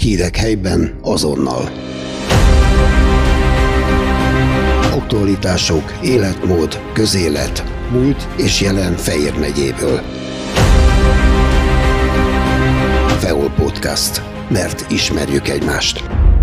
Hírek helyben azonnal. Aktualitások, életmód, közélet, múlt és jelen Fejér megyéből. FEOL Podcast, mert ismerjük egymást.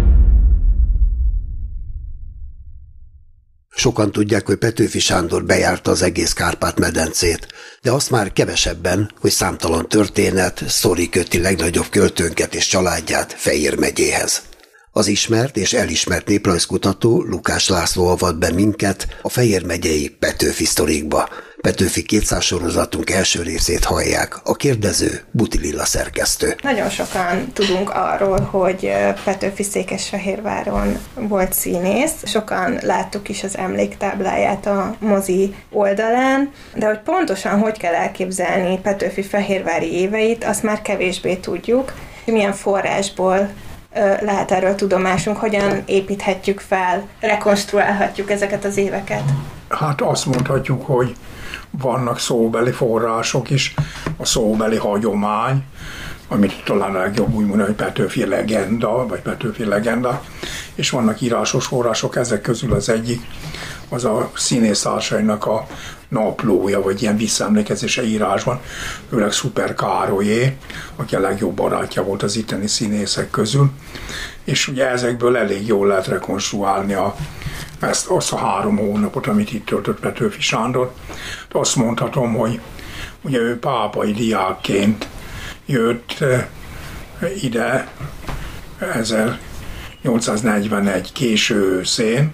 Sokan tudják, hogy Petőfi Sándor bejárta az egész Kárpát-medencét, de azt már kevesebben, hogy számtalan történet, sztori köti legnagyobb költőnket és családját Fejér megyéhez. Az ismert és elismert néprajzkutató Lukács László avat be minket a Fejér megyei Petőfi sztorikba. Petőfi 200 sorozatunk első részét hallják, a kérdező Buti Lilla szerkesztő. Nagyon sokan tudunk arról, hogy Petőfi Székesfehérváron volt színész. Sokan láttuk is az emléktábláját a mozi oldalán, de hogy pontosan hogy kell elképzelni Petőfi fehérvári éveit, azt már kevésbé tudjuk. Milyen forrásból lehet erről tudomásunk, hogyan építhetjük fel, rekonstruálhatjuk ezeket az éveket? Hát azt mondhatjuk, hogy vannak szóbeli források is, a szóbeli hagyomány, amit talán a legjobb úgy mondani, hogy Petőfi legenda, vagy Petőfi legenda, és vannak írásos források, ezek közül az egyik, az a színésztársainak a naplója, vagy ilyen visszaemlékezése írásban, főleg Szuper Károlyé, aki a legjobb barátja volt az itteni színészek közül, és ugye ezekből elég jól lehet rekonstruálni azt a 3 hónapot, amit itt töltött Petőfi Sándor. Azt mondhatom, hogy ugye ő pápai diákként jött ide 1841 késő őszén,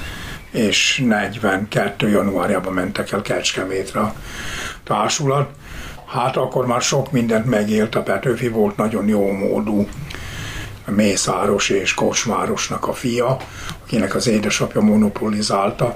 és 42. januárjában mentek el Kecskemétre a társulat. Hát akkor már sok mindent megélt, a Petőfi volt nagyon jómódú mészáros és kocsmárosnak a fia, akinek az édesapja monopolizálta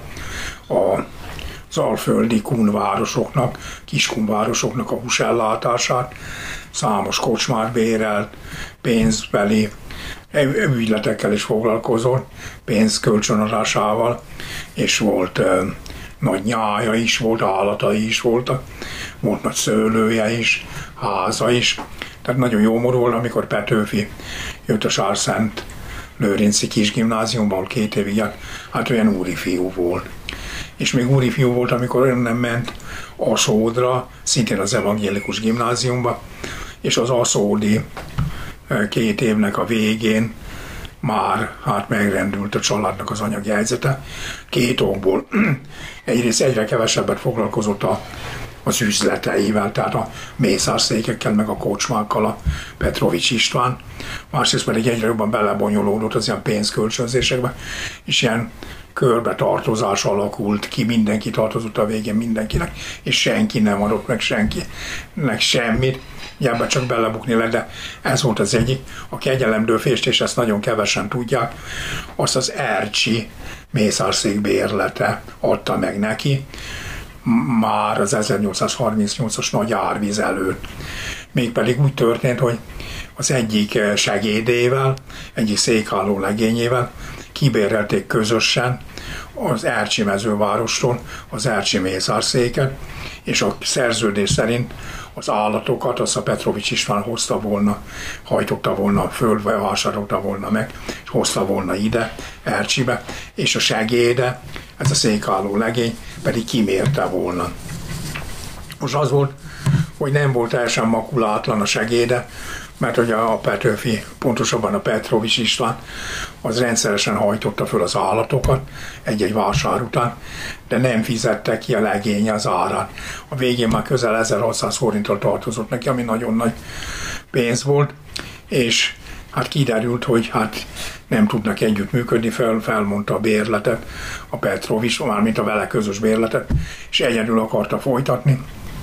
az alföldi kunvárosoknak, kiskunvárosoknak a húsellátását, számos kocsmát bérelt, pénzbeli ügyletekkel is foglalkozott, pénzkölcsönadásával, és volt nagy nyája is, volt állatai is voltak, volt nagy szőlője is, háza is. Tehát nagyon jó mód volt, amikor Petőfi jött a Sárszent Lőrinci kisgimnáziumban, ahol 2 évig járt, hát olyan úrifiú volt. És még úrifiú volt, amikor nem ment Aszódra, szintén az evangélikus gimnáziumba, és az aszódi 2 évnek a végén már hát megrendült a családnak az anyagi helyzete. 2 okból. Egyrészt egyre kevesebbet foglalkozott az üzleteivel, tehát a mészárszékekkel, meg a kocsmákkal a Petrovics István. Másrészt pedig egyre jobban belebonyolódott az ilyen pénzkölcsönzésekbe, és ilyen körbetartozás alakult ki, mindenki tartozott a végén mindenkinek, és senki nem adott meg senkinek semmit, ebben csak belebukni le, de ez volt az egyik. A kegyelemdőfést, és ezt nagyon kevesen tudják, azt az Ercsi mészárszék bérlete adta meg neki, már az 1838-as nagy árvíz előtt. Mégpedig úgy történt, hogy az egyik segédével, egyik székálló legényével kibérelték közösen az Ercsi mezővárostól az Ercsi mészárszéket, és a szerződés szerint az állatokat azt a Petrovics István hajtotta volna föl, vagy vásárolta volna meg, és hozta volna ide, Ercsibe, és a segéde, ez a székálló legény pedig kimérte volna. Most az volt, hogy nem volt teljesen makulátlan a segéde, mert hogy a Petőfi, pontosabban a Petrovics István, az rendszeresen hajtotta föl az állatokat egy-egy vásár után, de nem fizette ki a legény az árát. A végén már közel 1600 forinttal tartozott neki, ami nagyon nagy pénz volt, és hát kiderült, hogy hát nem tudnak együttműködni, felmondta a bérletet, a Petrovics, mármint a vele közös bérletet, és egyedül akarta folytatni,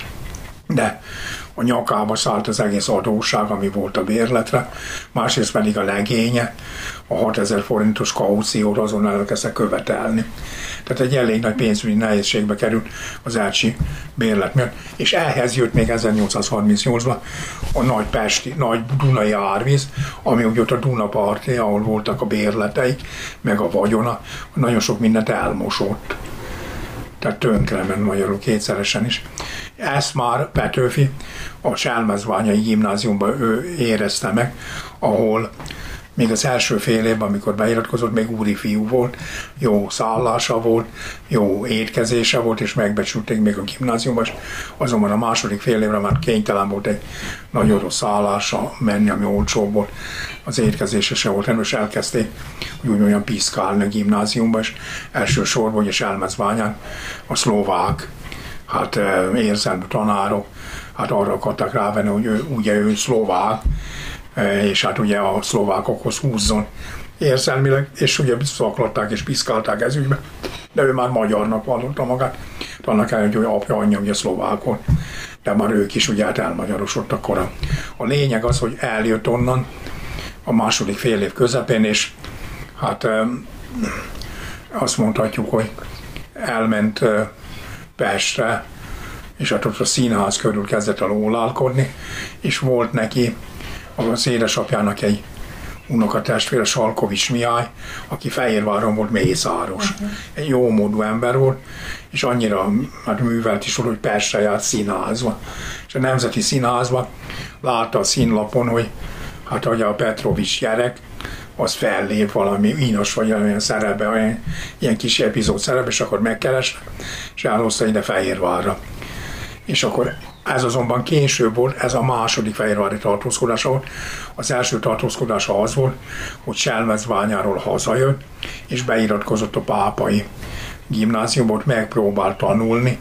de a nyakába szállt az egész adósság, ami volt a bérletre, másrészt pedig a legénye a 6000 forintos kauciót azon elkezdte követelni. Tehát egy elég nagy pénzügyi nehézségbe került az Ercsi bérlet miatt, és ehhez jött még 1838-ban a nagy Dunai árvíz, ami úgy ott a Dunaparti, ahol voltak a bérleteik, meg a vagyona, nagyon sok mindent elmosott. Tehát tönkrement magyarul kétszeresen is. Ezt már Petőfi a Selmezványai gimnáziumban ő érezte meg, ahol még az első fél évben, amikor beiratkozott, még úri fiú volt, jó szállása volt, jó étkezése volt, és megbecsülték még a gimnáziumban, azonban a második fél évre már kénytelen volt egy nagyon rossz szállásra menni, ami olcsó volt, az étkezése se volt, és elkezdték úgy olyan piszkálni a gimnáziumban, és elsősorban, és Elmezbányán a szlovák érzelmű tanárok arra akarták rávenni, hogy ő szlovák, és ugye a szlovákokhoz húzzon érzelmileg, és ugye szaklatták és piszkálták ez ügybe, de ő már magyarnak vallotta magát, annak ellenére, hogy apja, anyja ugye szlovákon, de már ők is ugye elmagyarosodtak korán. A lényeg az, hogy eljött onnan a második fél év közepén, és azt mondhatjuk, hogy elment Pestre, és ott a színház körül kezdett el ólálkodni, és volt neki az édesapjának egy unokatestvére, Salkovics Mihály, aki Fehérváron volt mészáros. Egy jó módú ember volt, és annyira művelt is volt, hogy Pestre járt színházba. És a Nemzeti Színházban látta a színlapon, hogy a Petrovics gyerek, az fellép valami ínos vagy olyan szerepbe, ilyen kis epizód szerep, és akkor megkereste, és elhozta ide Fehérvárra. És akkor ez azonban később volt, ez a második fehérvári tartózkodása volt. Az első tartózkodása az volt, hogy Selmezbányáról hazajött, és beiratkozott a pápai gimnáziumot, megpróbált tanulni,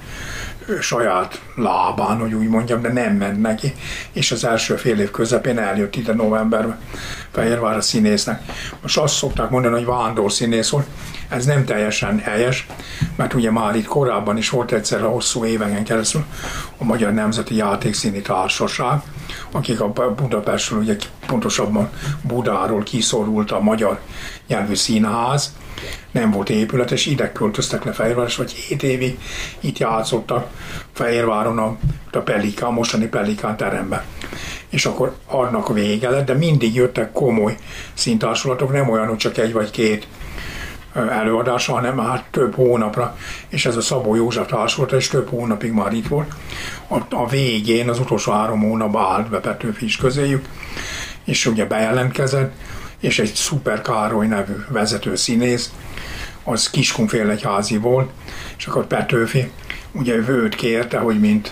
saját lábán, hogy úgy mondjam, de nem ment neki, és az első fél év közepén eljött ide novemberben Fehérvárra színésznek. Most azt szokták mondani, hogy vándorszínész volt, ez nem teljesen helyes, mert ugye már itt korábban is volt egyszer a hosszú éveken keresztül a Magyar Nemzeti Játékszíni Társaság, akik a Budapestről, ugye pontosabban Budáról kiszorult a magyar nyelvű színház, nem volt épület, és ide költöztek le Fehérvárra, vagy 7 évig itt játszottak Fehérváron a Pelikán, mostani Pelikán teremben. És akkor annak vége lett, de mindig jöttek komoly színtársulatok, nem olyan, hogy csak egy vagy két előadása, hanem már több hónapra, és ez a Szabó József társulata, és több hónapig már itt volt. A végén, az utolsó 3 hónapban állt be Petőfi is közéjük, és ugye bejelentkezett, és egy Szuper Károly nevű vezető színész, az Kiskunfélegyházi volt, és akkor Petőfi ugye őt kérte, hogy mint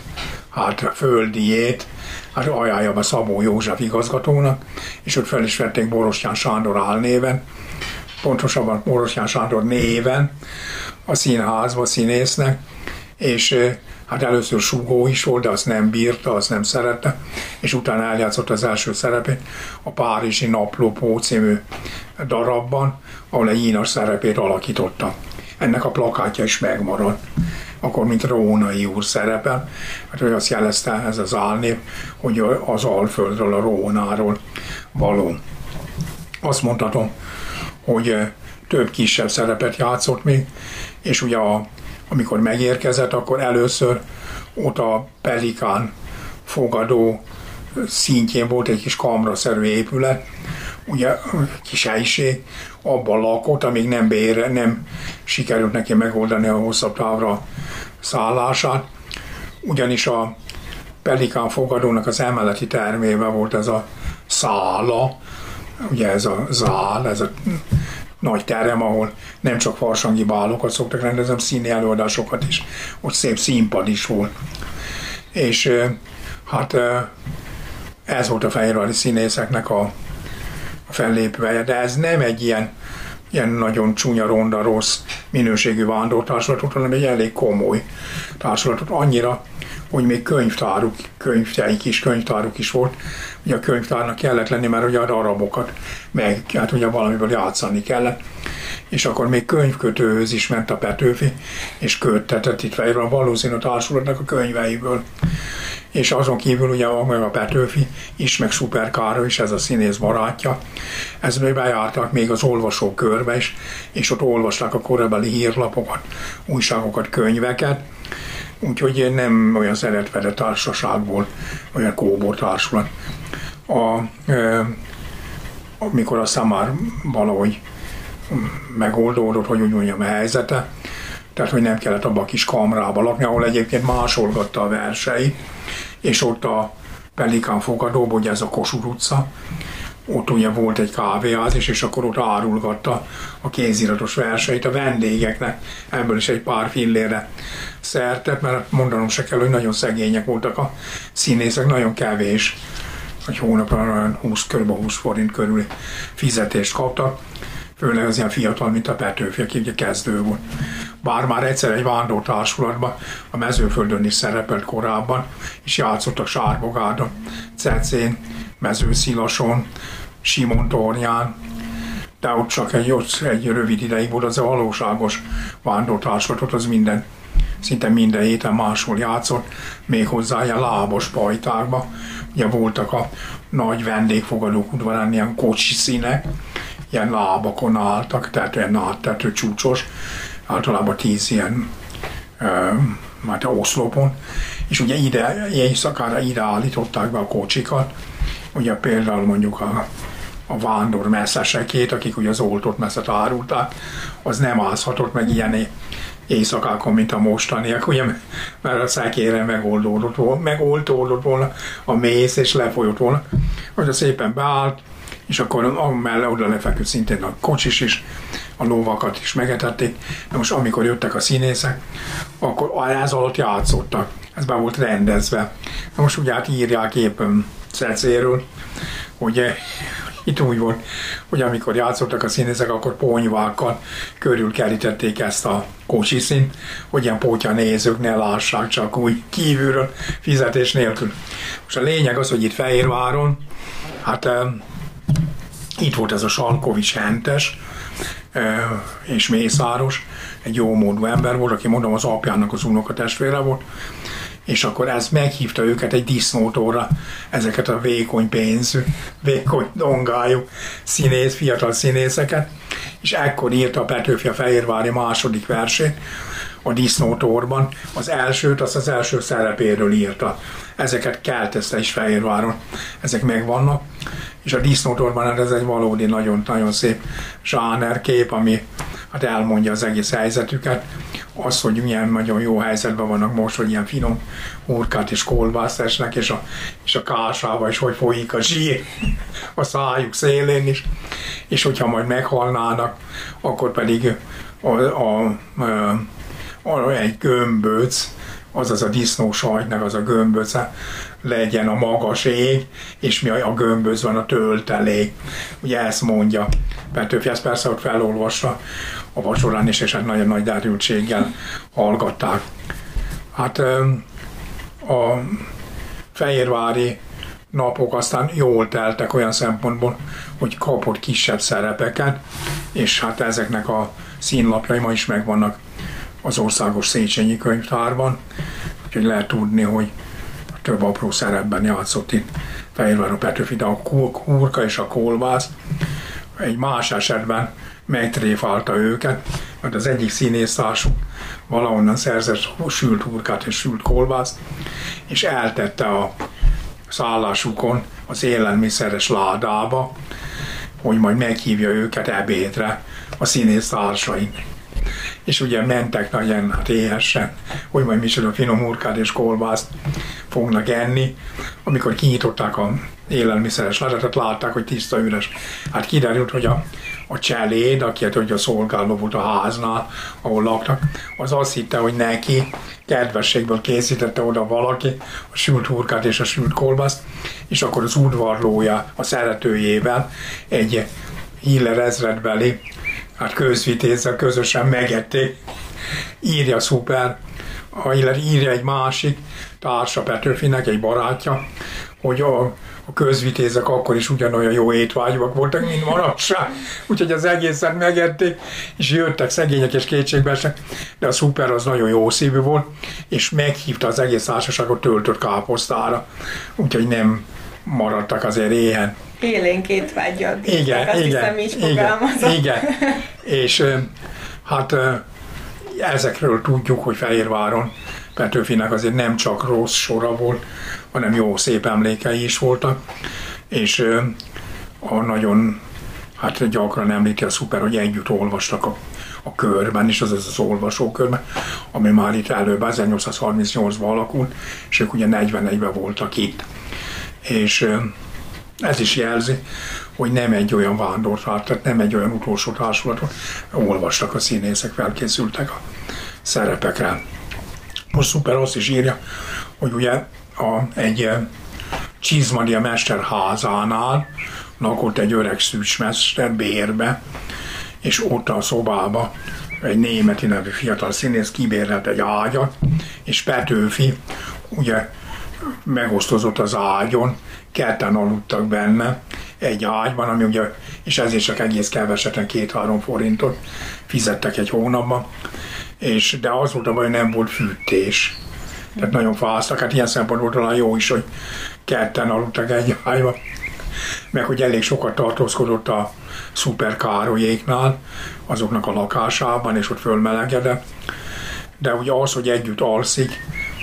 földiét, ajánlja be Szabó József igazgatónak, és ott fel is vették Borostyán Sándor álnéven, pontosabban Borostyán Sándor néven a színházba színésznek, és először sugó is volt, de azt nem bírta, azt nem szerette, és utána eljátszott az első szerepét a Párizsi Naplópó című darabban, ahol egy ínas szerepét alakította. Ennek a plakátja is megmaradt. Akkor, mint Rónai úr szerepel, hogy azt jelezte ez az álnév, hogy az Alföldről, a Rónáról való. Azt mondhatom, hogy több kisebb szerepet játszott még, és ugye amikor megérkezett, akkor először ott a Pelikán fogadó szintjén volt egy kis kamraszerű épület, ugye kis helység, abban lakott, amíg nem sikerült neki megoldani a hosszabb távra szállását, ugyanis a Pelikán fogadónak az emeleti termében volt ez a szála, ugye ez a zál, ez a nagy terem, ahol nem csak farsangi bálokat szoktak rendezni, hanem színi előadásokat is. Ott szép színpad is volt. És ez volt a fehérvári színészeknek a fellépője, de ez nem egy ilyen nagyon csúnya, ronda, rossz minőségű vándortársulatot, hanem egy elég komoly társulatot, annyira, hogy még kis könyvtáruk is volt. Ugye a könyvtárnak kellett lenni, mert ugye a darabokat meg, ugye valamiből játszani kellett. És akkor még könyvkötőhöz is ment a Petőfi, és köttetett itt Fehérváron valószínű a társulatnak a könyveiből. És azon kívül ugye meg a Petőfi is, meg Szuper Károly is, ez a színész barátja. Ez még bejártak még az olvasókörbe is, és ott olvasták a korabeli hírlapokat, újságokat, könyveket. Úgyhogy nem olyan szeretvedett társaság volt, olyan kóbor társulat. Amikor aztán már valahogy megoldódott, hogy úgy mondjam, a helyzete, tehát hogy nem kellett abban a kis kamrába lakni, ahol egyébként másolgatta a verseit, és ott a Pelikán fogadóban, ugye ez a Kossuth utca, ott ugye volt egy kávéház is, és akkor ott árulgatta a kéziratos verseit a vendégeknek, ebből is egy pár fillére szertett, mert mondanom se kell, hogy nagyon szegények voltak a színészek, nagyon kevés, egy hónapra kb. 20 forint körül fizetést kaptak, főleg az ilyen fiatal, mint a Petőfi, aki ugye kezdő volt. Bár már egyszer egy vándortársulatban, a Mezőföldön is szerepelt korábban, és játszottak Sárbogádon, Cecén, Mezőszilason, Simontornyán, de ott csak egy rövid ideig volt, az a valóságos vándortársulatot, az szinte minden héten máshol játszott, méghozzá ilyen lábos pajtákba. Ugye voltak a nagy vendégfogadók udvarán ilyen kocsiszínek, ilyen lábakon álltak, tehát ilyen áttető csúcsos, általában 10 ilyen oszlopon, és ugye éjszakára ide állították be a kocsikat, ugye például mondjuk a vándor messzesekét, akik ugye az oltott messzet árulták, az nem ázhatott meg ilyen éjszakákon, mint a mostaniak, ugye, mert a szekére megoltódott volna a mész, és lefolyott volna, hogy szépen beállt, és akkor amellett oda lefeküdt szintén a kocsis is, a lovakat is megetették. De most amikor jöttek a színészek, akkor ez alatt játszottak. Ez be volt rendezve. Na most ugye hát írják éppen Cecéről, hogy itt úgy volt, hogy amikor játszottak a színészek, akkor ponyvákkal körülkerítették ezt a kocsiszínt, hogy ilyen pótyanézők ne lássák, csak úgy kívülről, fizetés nélkül. Most a lényeg az, hogy itt Fehérváron, hát itt volt ez a Salkovics Hentes és Mészáros, egy jómódú ember volt, aki mondom az apjának az unokatestvére volt, és akkor ez meghívta őket egy disznótorra, ezeket a vékony pénzű, vékony dongájú fiatal színészeket, és ekkor írta a Petőfi a fehérvári második versét a disznótorban. Az elsőt, azt az első szerepéről írta. Ezeket keltezte is Fehérváron, ezek megvannak, és a disznótorban ez egy valódi nagyon-nagyon szép zsánerkép, ami hát elmondja az egész helyzetüket. Az, hogy milyen nagyon jó helyzetben vannak most, hogy ilyen finom hurkát és kolbászt esnek, és a kásába is, hogy folyik a zsír a szájuk szélén is, és hogyha majd meghalnának, akkor pedig egy gömböc, azaz a disznósajtnak az a gömböce legyen a magas ég, és mi a gömböcben a töltelék. Ugye ezt mondja Petőfi, ezt persze ott felolvasta a vacsorán is, és hát nagyon nagy derültséggel hallgatták. Hát a fehérvári napok aztán jól teltek olyan szempontból, hogy kapott kisebb szerepeket, és hát ezeknek a színlapjai ma is megvannak az Országos Széchenyi Könyvtárban, úgyhogy lehet tudni, hogy több apró szerepben játszott itt Fehérváron Petőfi, de a hurka és a kolbász egy más esetben megtréfálta őket, mert az egyik színésztársuk valahonnan szerzett sült hurkát és sült kolbászt, és eltette a szállásukon az élelmiszeres ládába, hogy majd meghívja őket ebédre a színésztársaink. És ugye mentek nagyon éhesen, hogy majd micsoda finom hurkát és kolbászt fognak enni. Amikor kinyitották a élelmiszeres ládat, látták, hogy tiszta üres. Hát kiderült, hogy a cseléd, aki hogy a szolgáló volt a háznál, ahol laktak, az azt hitte, hogy neki kedvességből készítette oda valaki a sült hurkát és a sült kolbászt, és akkor az udvarlója a szeretőjével egy Hiller ezredbeli közvitézzel közösen megették. Írja szuper, írja egy másik társa Petőfinek, egy barátja, hogy a közvitézek akkor is ugyanolyan jó étvágyúak voltak, mint manapság. Úgyhogy az egészet megették, és jöttek szegények és kétségbeestek, de a szuper az nagyon jó szívű volt, és meghívta az egész társaságot töltött káposztára, úgyhogy nem maradtak azért éhen. Élénk étvágya bírtak, igen, azt hiszem így fogalmazott. Igen, és hát ezekről tudjuk, hogy Fehérváron Petőfinek azért nem csak rossz sora volt, hanem jó szép emlékei is voltak, és nagyon gyakran említi a szuper, hogy együtt olvastak a körben is, azaz az olvasókörben, ami már itt előbb 1838-ban alakult, és ők ugye 41-ben voltak itt. És Ez is jelzi, hogy nem egy olyan vándortársulat, tehát nem egy olyan utolsó társulatot olvastak a színészek, felkészültek a szerepekre. Most szuper azt is írja, hogy ugye egy Csizmadia mester házánál lakott egy öreg szűcsmester bérbe, és ott a szobába egy németi nevű fiatal színész kibérelt egy ágyat, és Petőfi ugye megosztozott az ágyon, ketten aludtak benne egy ágyban, ami ugye, és ezért csak egész keveseten 2-3 forintot fizettek egy hónapban, de az volt a baj, hogy nem volt fűtés. Tehát nagyon fáztak, hát ilyen szempontból talán jó is, hogy ketten aludtak egy ágyban, meg hogy elég sokat tartózkodott a Szuper Károlyéknál, azoknak a lakásában, és ott fölmelegedett. De ugye az, hogy együtt alszik,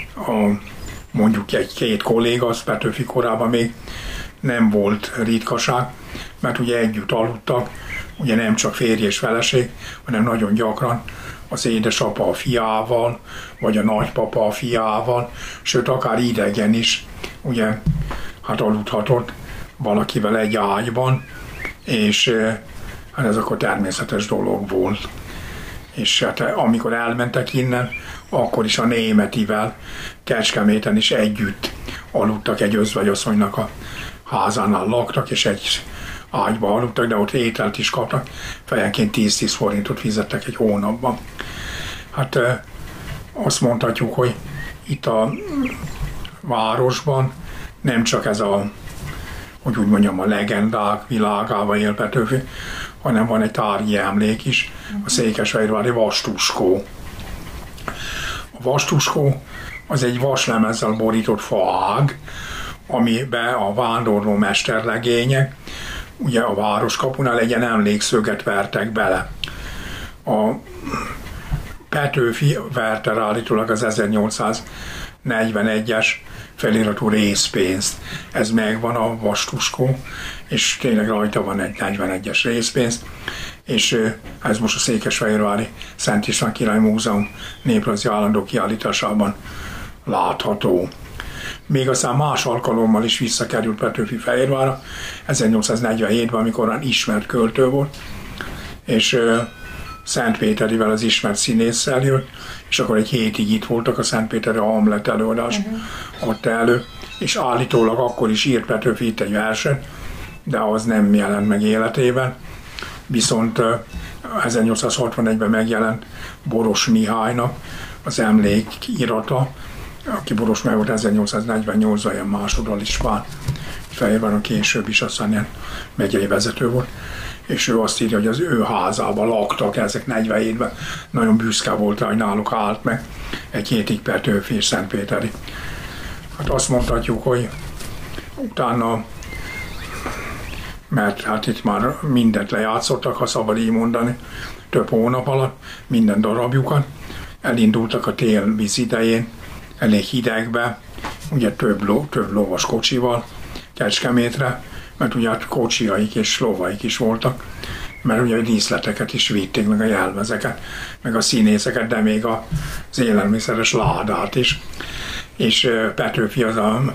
mondjuk egy-két kolléga, az Petőfi korában még nem volt ritkaság, mert ugye együtt aludtak, ugye nem csak férj és feleség, hanem nagyon gyakran az édesapa a fiával, vagy a nagypapa a fiával, sőt akár idegen is, ugye hát aludhatott valakivel egy ágyban, és hát ez akkor természetes dolog volt. És hát amikor elmentek innen, akkor is a németivel Kecskeméten is együtt aludtak, egy özvegyasszonynak a házánál laktak, és egy ágyba aludtak, de ott ételt is kaptak, fejenként 10-10 forintot fizettek egy hónapban. Hát azt mondhatjuk, hogy itt a városban nem csak ez hogy úgy mondjam, a legendák világában él Petőfi, hanem van egy tárgyi emlék is, a székesfehérvári Vastuskó. A Vastuskó az egy vaslemezzel borított faág, amiben a vándorló mesterlegények ugye a városkapunál egy emlékszöget vertek bele. A Petőfi verte rá állítólag az 1841-es feliratú részpénzt. Ez megvan a Vastuskó, és tényleg rajta van egy 41-es részpénz, és ez most a Székesfehérvári Szent István Király Múzeum néprajzi állandó kiállításában látható. Még aztán más alkalommal is visszakerült Petőfi Fehérvárra, 1847-ben, amikor ismert költő volt, és Szentpéterivel, az ismert színésszel jött, és akkor egy hétig itt voltak, a Szentpéteri Hamlet előadás adta elő, és állítólag akkor is írt Petőfi itt egy verset, de az nem jelent meg életében. Viszont 1861-ben megjelent Boros Mihálynak az emlékirata, aki Boros meg volt 1848-ban ilyen másodalispán, Fehérváron később is aztán ilyen megyei vezető volt, és ő azt írja, hogy az ő házában laktak ezek 47-ben. Nagyon büszke volt rá, hogy náluk állt meg egy hétig Petőfi és Szentpéteri. Hát azt mondhatjuk, hogy utána, mert hát itt már mindent lejátszottak, ha szabad így mondani, több hónap alatt, minden darabjukat, elindultak a tél-víz idején, elég hidegbe, ugye több lovas kocsival Kecskemétre, mert ugye hát kocsiaik és lovaik is voltak, mert ugye a díszleteket is vitték, meg a jelmezeket, meg a színészeket, de még az élelmiszeres ládát is. És Petőfi az a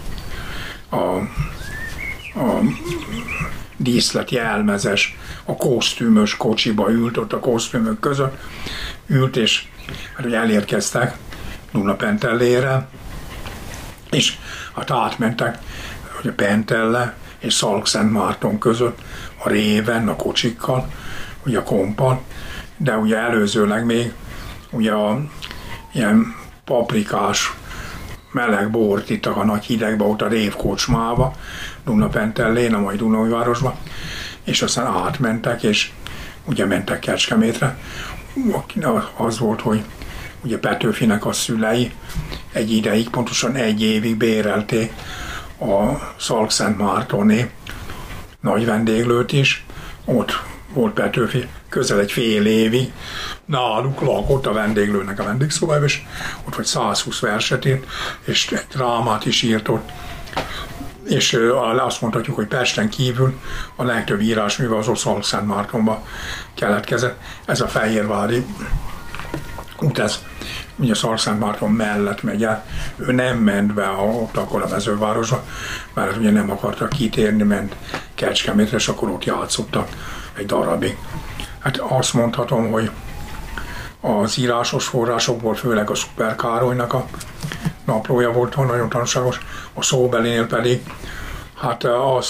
díszlet jelmezes, a kosztümös kocsiba ült, ott a kosztümök között ült, és hát ugye elérkeztek Dunapentellére, és hát átmentek hogy a Pentelle és Szalkszentmárton között a réven, a kocsikkal, ugye a kompan, de ugye előzőleg még ugye ilyen paprikás meleg bort ittak a nagy hidegbe, ott a révkocsmába, Dunapentellén, a mai Dunaújvárosba, és aztán átmentek, és ugye mentek Kecskemétre. Az volt, hogy ugye Petőfinek a szülei egy ideig, pontosan 1 évig bérelték a Szalkszentmártoni nagy vendéglőt is. Ott volt Petőfi közel egy fél évig, náluk lakott a vendéglőnek a vendégszobájában, és ott vagy 120 verset írt, és egy drámát is írt ott. És azt mondhatjuk, hogy Pesten kívül a legtöbb írásműve az Szalkszentmártonba keletkezett. Ez a fehérvári út, ez ugye Szarvasmárton mellett megy át, ő nem ment be ott akkor a mezővárosba, mert ugye nem akartak kitérni, ment Kecskemétre, és akkor ott játszottak egy darabig. Hát azt mondhatom, hogy az írásos forrásokból főleg a Szuper Károlynak a naplója volt nagyon tanulságos, a szóbelinél pedig hát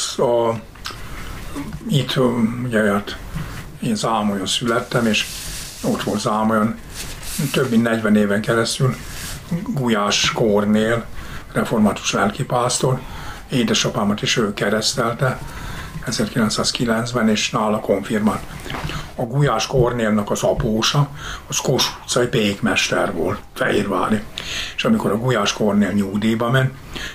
itt ugye hát én Zámolyon születtem, és ott volt Zámolyon több mint 40 éven keresztül Gulyás Kornél, református lelkipásztor, édesapámat is ő keresztelte 1909-ben, és nála konfirmált. A Gulyás Kornélnak az apósa, az Kossuth utcai pékmester volt, fehérvári. És amikor a Gulyás Kornél nyugdíjba ment,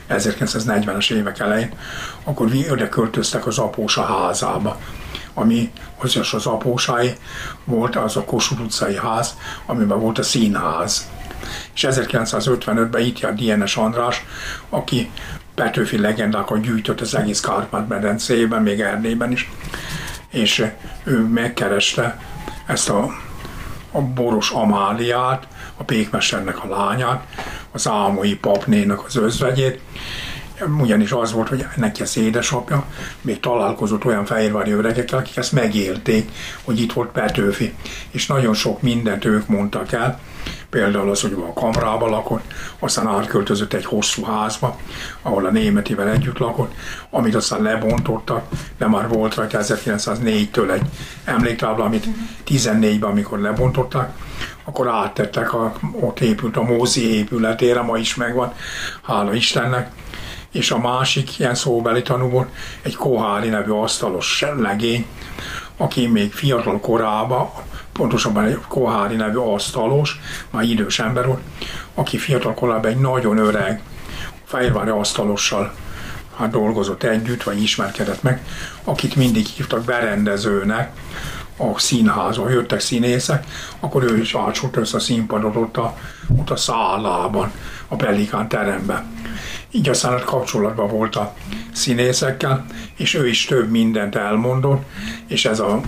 1940-es évek elején, akkor oda költöztek az apósa házába, ami az apósáé volt, az a Kossuth utcai ház, amiben volt a színház. És 1955-ben itt járt Dienes András, aki Petőfi legendákat gyűjtött az egész Kárpát-medencében, még Erdélyben is, és ő megkereste ezt a Boros Amáliát, a pékmesternek a lányát, az ámolyi papnénak az özvegyét, ugyanis az volt, hogy neki az édesapja még találkozott olyan fehérvári öregekkel, akik ezt megélték, hogy itt volt Petőfi, és nagyon sok mindent ők mondtak el, például az, hogy a kamrába lakott, aztán átköltözött egy hosszú házba, ahol a Németivel együtt lakott, amit aztán lebontottak, de már volt rajta 1904-től egy emléktábla, amit 14-ben, amikor lebontották, akkor áttettek, ott épült a Mózi épületére, ma is megvan, hála Istennek, és a másik ilyen szóbeli tanú volt egy Kohári nevű asztalos legény, aki még fiatal korában, pontosabban egy Kohári nevű asztalos, már idős ember volt, aki fiatal korában egy nagyon öreg fehérvári asztalossal dolgozott együtt, vagy ismerkedett meg, akit mindig hívtak berendezőnek a színházba, jöttek színészek, akkor ő is átsult össze a színpadot ott a szálában, a Pelikán teremben. Így aztán kapcsolatban volt a színészekkel, és ő is több mindent elmondott, és ez a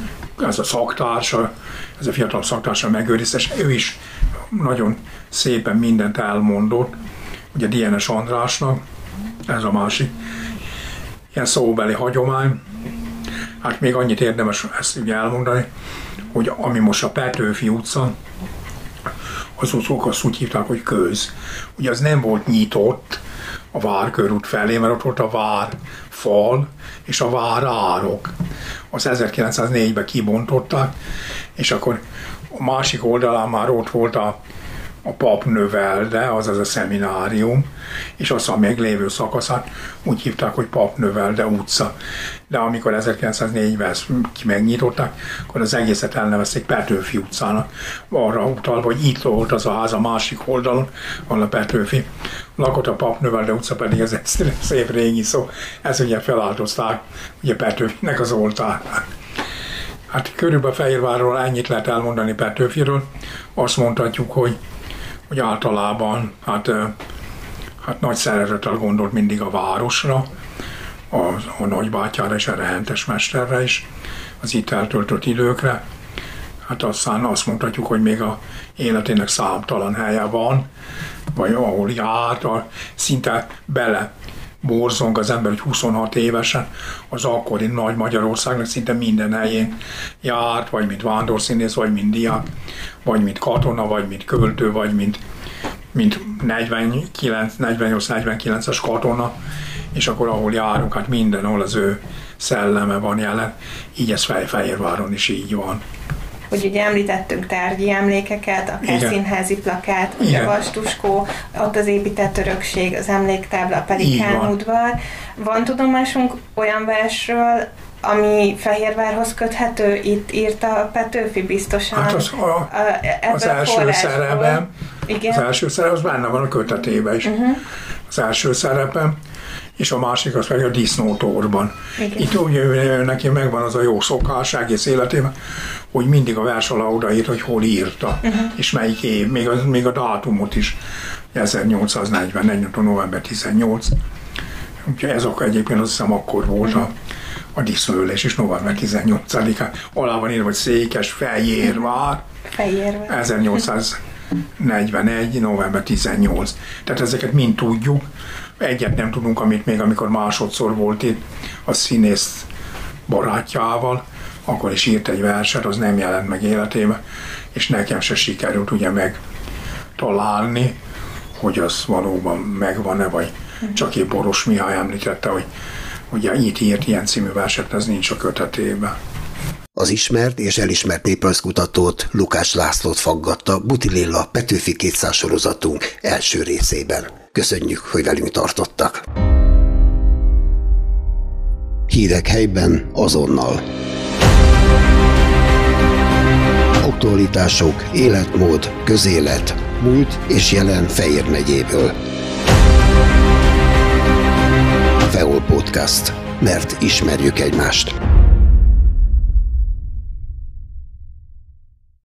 szaktársa, ez a fiatal szaktársa megőrizte, és ő is nagyon szépen mindent elmondott, ugye Dienes Andrásnak, ez a másik ilyen szóbeli hagyomány. Hát még annyit érdemes ezt ugye elmondani, hogy ami most a Petőfi utca, azok azt úgy hívták, hogy köz. Ugye az nem volt nyitott a Várkörút felé, mert ott volt a várfal és a várárok. Az 1904-ben kibontották, és akkor a másik oldalán már ott volt a Papnövelde, azaz a szeminárium, és azt a meglévő szakaszát úgy hívták, hogy Papnövelde utca. De amikor 1904-ben ezt megnyitották, akkor az egészet elnevezték Petőfi utcának. Arra utalva, hogy itt volt az a ház a másik oldalon, ahol a Petőfi lakott, a Papnövelde utca pedig ez egy szép régi szó. Ez ugye feláldozták ugye Petőfinek az oltárát. Hát körülbelül Fehérvárról ennyit lehet elmondani Petőfiről. Azt mondhatjuk, hogy általában hát nagy szeretettel gondolt mindig a városra, a nagybátyára és a rehentes mesterre is, az itt eltöltött időkre. Hát aztán azt mondhatjuk, hogy még a életének számtalan helye van, vagy ahol járt, szinte bele borzong az ember, hogy 26 évesen az akkori Nagy Magyarországnak szinte minden helyén járt, vagy mint vándorszínész, vagy mint diák, vagy mint katona, vagy mint költő, vagy mint 48-49-es katona, és akkor ahol járunk, hát mindenhol az ő szelleme van jelen, így ez Fehérváron is így van. Hogy ugye említettünk tárgyi emlékeket, akár színházi plakát, vagy a Vastuskó, ott az épített örökség, az emléktábla, a Pelikán udvar. Van tudomásunk olyan versről, ami Fehérvárhoz köthető? Itt írta Petőfi biztosan. Hát az első szerepem, az első szerep, az benne van a kötetében is. Az első szerepem, és a másik az pedig a Disznótorban. Itt ugye neki megvan az a jó szokás egész életében, hogy mindig a vers alá odaír, hogy hol írta, és melyik év, még a dátumot is, 1841. november 18. Úgyhogy ez akkor egyébként azt hiszem akkor volt a disznóölés is, november 18-án. Alá van írva, hogy Székesfehérvár, 1800 41, november 18. Tehát ezeket mind tudjuk. Egyet nem tudunk, amit még amikor másodszor volt itt a színész barátjával, akkor is írt egy verset, az nem jelent meg életében, és nekem se sikerült ugye megtalálni, hogy az valóban megvan-e, vagy csak épp Boros Mihály említette, hogy ugye itt írt ilyen című verset, ez nincs a kötetében. Az ismert és elismert néprajzkutatót, Lukács Lászlót faggatta Buti Lilla Petőfi 200 sorozatunk első részében. Köszönjük, hogy velünk tartottak. Hírek helyben azonnal. Aktualitások, életmód, közélet, múlt és jelen Fejér megyéből. FEOL Podcast, mert ismerjük egymást.